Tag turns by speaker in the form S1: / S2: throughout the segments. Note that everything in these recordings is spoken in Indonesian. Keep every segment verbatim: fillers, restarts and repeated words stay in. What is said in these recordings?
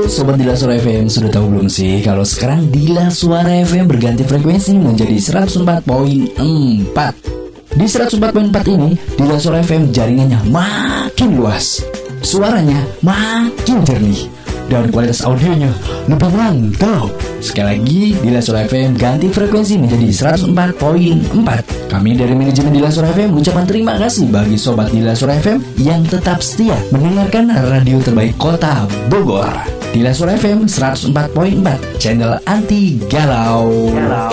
S1: Sobat Dila Suara F M, sudah tahu belum sih kalau sekarang Dila Suara F M berganti frekuensi menjadi seratus empat koma empat. Di seratus empat koma empat ini, Dila Suara F M jaringannya makin luas, suaranya makin jernih, dan kualitas audionya lebih mantap. Sekali lagi, Dila Suara F M ganti frekuensi menjadi seratus empat koma empat. Kami dari manajemen Dila Suara F M mengucapkan terima kasih bagi Sobat Dila Suara F M yang tetap setia mendengarkan radio terbaik kota Bogor. Dila Suara F M seratus empat koma empat, channel anti galau. Galau.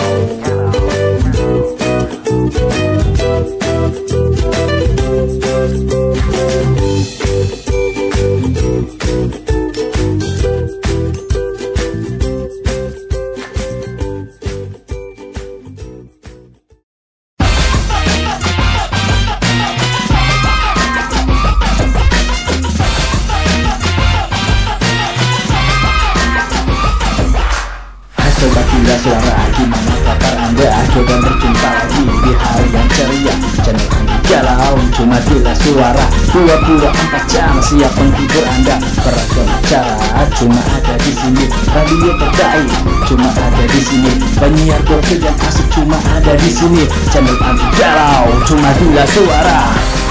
S2: Sobat Dila Suara, gimana kabar Anda? Akhirnya berjumpa lagi di hari yang ceria, channel anti galau, cuma Dila Suara. dua puluh empat jam siap menghibur Anda. Beragam acara cuma ada di sini, radio terbaik cuma ada di sini, penyiar gokil yang asik cuma ada di sini, channel anti galau, cuma Dila Suara.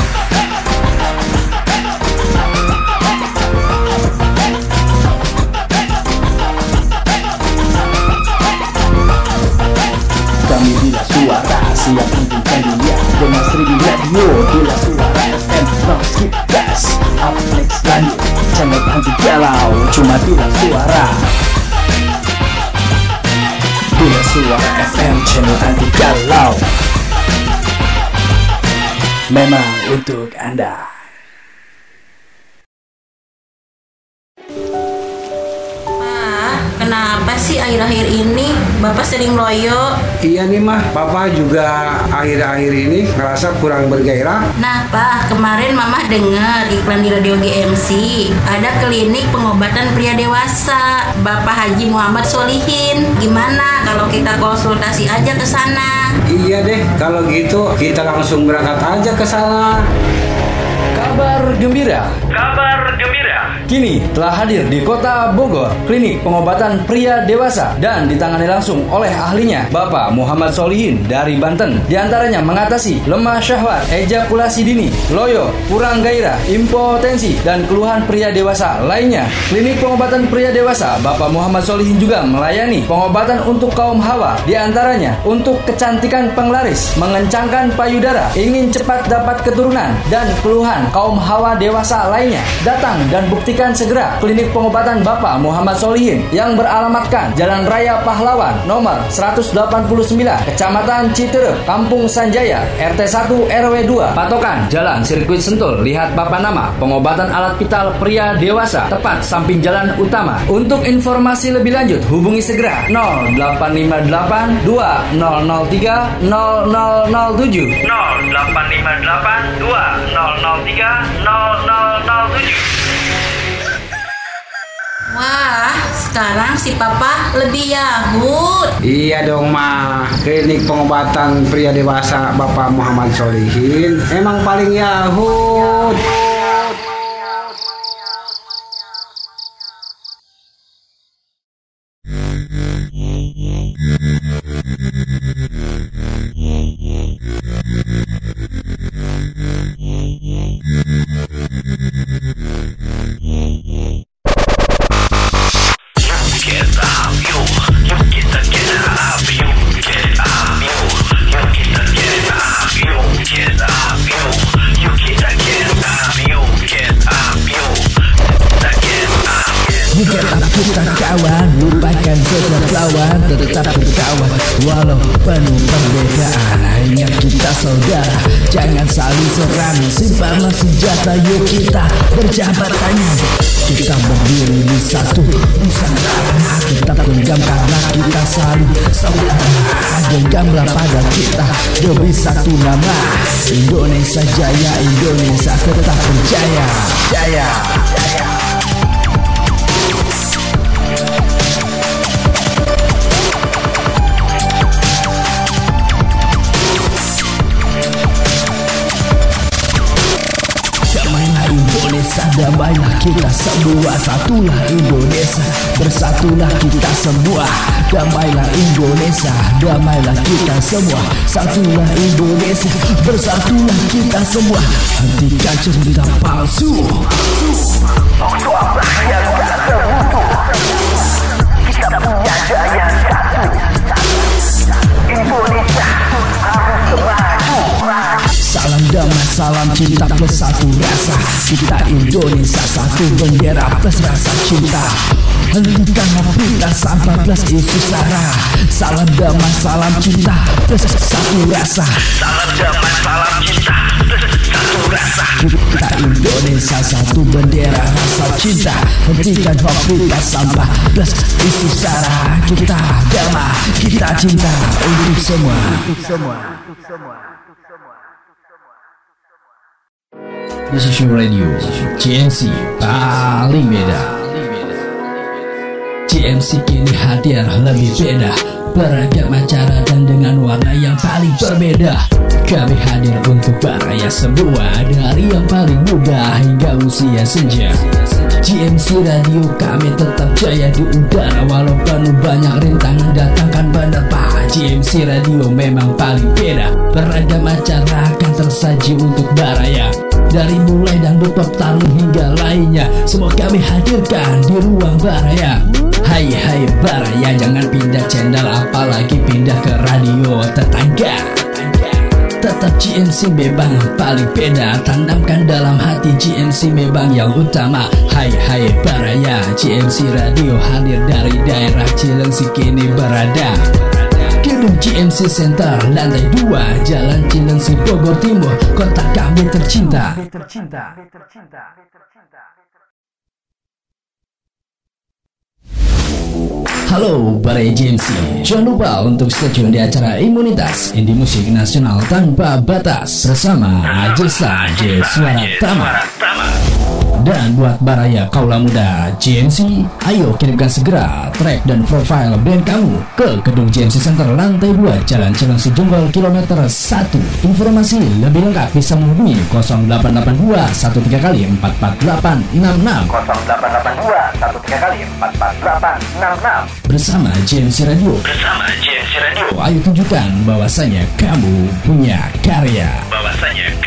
S2: Kami Dila Suara siap menghiburkan dunia dengan seribu radio. Dila Suara F M, no skip gas. Up next lanjut, channel anti galau, cuma Dila Suara. Dila Suara F M, channel anti galau, memang untuk Anda.
S3: Kenapa sih akhir-akhir ini Bapak sering loyo?
S4: Iya nih mah, Papa juga akhir-akhir ini ngerasa kurang bergairah.
S3: Nah Pak, kemarin Mama dengar iklan di radio G M C, ada klinik pengobatan pria dewasa Bapak Haji Muhammad Solihin. Gimana kalau kita konsultasi aja ke sana?
S4: Iya deh, kalau gitu kita langsung berangkat aja ke sana.
S1: Kabar gembira.
S5: Kabar gembira.
S1: Kini telah hadir di kota Bogor klinik pengobatan pria dewasa dan ditangani langsung oleh ahlinya Bapak Muhammad Solihin dari Banten. Di antaranya mengatasi lemah syahwat, ejakulasi dini, loyo, kurang gairah, impotensi, dan keluhan pria dewasa lainnya. Klinik pengobatan pria dewasa Bapak Muhammad Solihin juga melayani pengobatan untuk kaum hawa, di antaranya untuk kecantikan penglaris, mengencangkan payudara, ingin cepat dapat keturunan, dan keluhan kaum hawa dewasa lainnya. Datang dan buktikan segera klinik pengobatan Bapak Muhammad Solihin yang beralamatkan Jalan Raya Pahlawan nomor seratus delapan puluh sembilan, Kecamatan Citerep, Kampung Sanjaya, R T satu R W dua, Patokan Jalan Sirkuit Sentul. Lihat papan nama pengobatan alat vital pria dewasa tepat samping jalan utama. Untuk informasi lebih lanjut hubungi segera nol delapan lima delapan dua nol nol tiga nol nol nol tujuh
S5: nol delapan lima delapan dua nol nol tiga nol nol nol tujuh.
S3: Wah, sekarang si Papa lebih yahut.
S4: Iya dong mah, klinik pengobatan pria dewasa Bapak Muhammad Solihin emang paling yahut.
S2: Kita kawan, lupakan setiap lawan, tetap berkawan walau penuh perbedaan. Ingat kita saudara, jangan saling serang, simpan senjata, yuk kita berjabat tangan. Kita berdiri di satu nusantara, tetap genggam karena kita saling saudara. Genggamlah pada kita demi satu nama, Indonesia Jaya, Indonesia tetap berjaya. Jaya, jaya. Damailah kita semua, satulah Indonesia, bersatulah kita semua. Damailah Indonesia, damailah kita semua, satulah Indonesia, bersatulah kita semua. Hentikan cerita palsu,
S6: Suaplah yang tak semutu. Kita punya daya satu. Indonesia harus maju.
S2: salam damai, salam cinta plus satu rasa. Kita Indonesia satu bendera plus rasa cinta. Hentikan berita sampah plus isu sara. Salam damai, salam cinta plus satu rasa.
S6: Salam damai, salam cinta plus satu rasa.
S2: Kita Indonesia satu bendera rasa cinta. Hentikan berita sampah plus isu sara. Kita damai, kita cinta untuk semua.
S1: This is your radio, G M C paling beda. G M C kini hadir lebih beda, beragam acara dan dengan warna yang paling berbeda. Kami hadir untuk baraya semua, dari yang paling muda hingga usia senja. G M C Radio kami tetap jaya di udara, walau penuh banyak rintangan datangkan menerpa. G M C Radio memang paling beda, beragam acara akan tersaji untuk baraya. Dari mulai dangdut, pop, tarung hingga lainnya, semua kami hadirkan di ruang baraya. Hai hai baraya, jangan pindah channel, apalagi pindah ke radio tetangga. Tetap G M C memang paling beda, tanamkan dalam hati G M C memang yang utama. Hai hai baraya, G M C Radio hadir dari daerah Cilengsi kini berada. Gedung G M C Center, lantai dua, Jalan Cilengsi, Bogor Timur, kota kami tercinta. Halo Baraya G M C, jangan lupa untuk stay tune di acara Imunitas Indie Musik Nasional Tanpa Batas bersama Ajesa J Suara Tama. Dan buat Baraya kaula muda G M C, ayo kirimkan segera track dan profile band kamu ke Gedung G M C Center lantai dua, Jalan Cilengsi Jonggol kilometer satu. Informasi lebih lengkap bisa menghubungi nol delapan delapan dua satu tiga kali empat empat delapan enam enam
S6: nol delapan delapan dua satu tiga kali empat empat delapan enam enam.
S2: Bersama G M C Radio.
S6: Bersama G M C Radio.
S2: Ayo tunjukkan bahwasanya kamu punya karya.
S6: Bahwasanya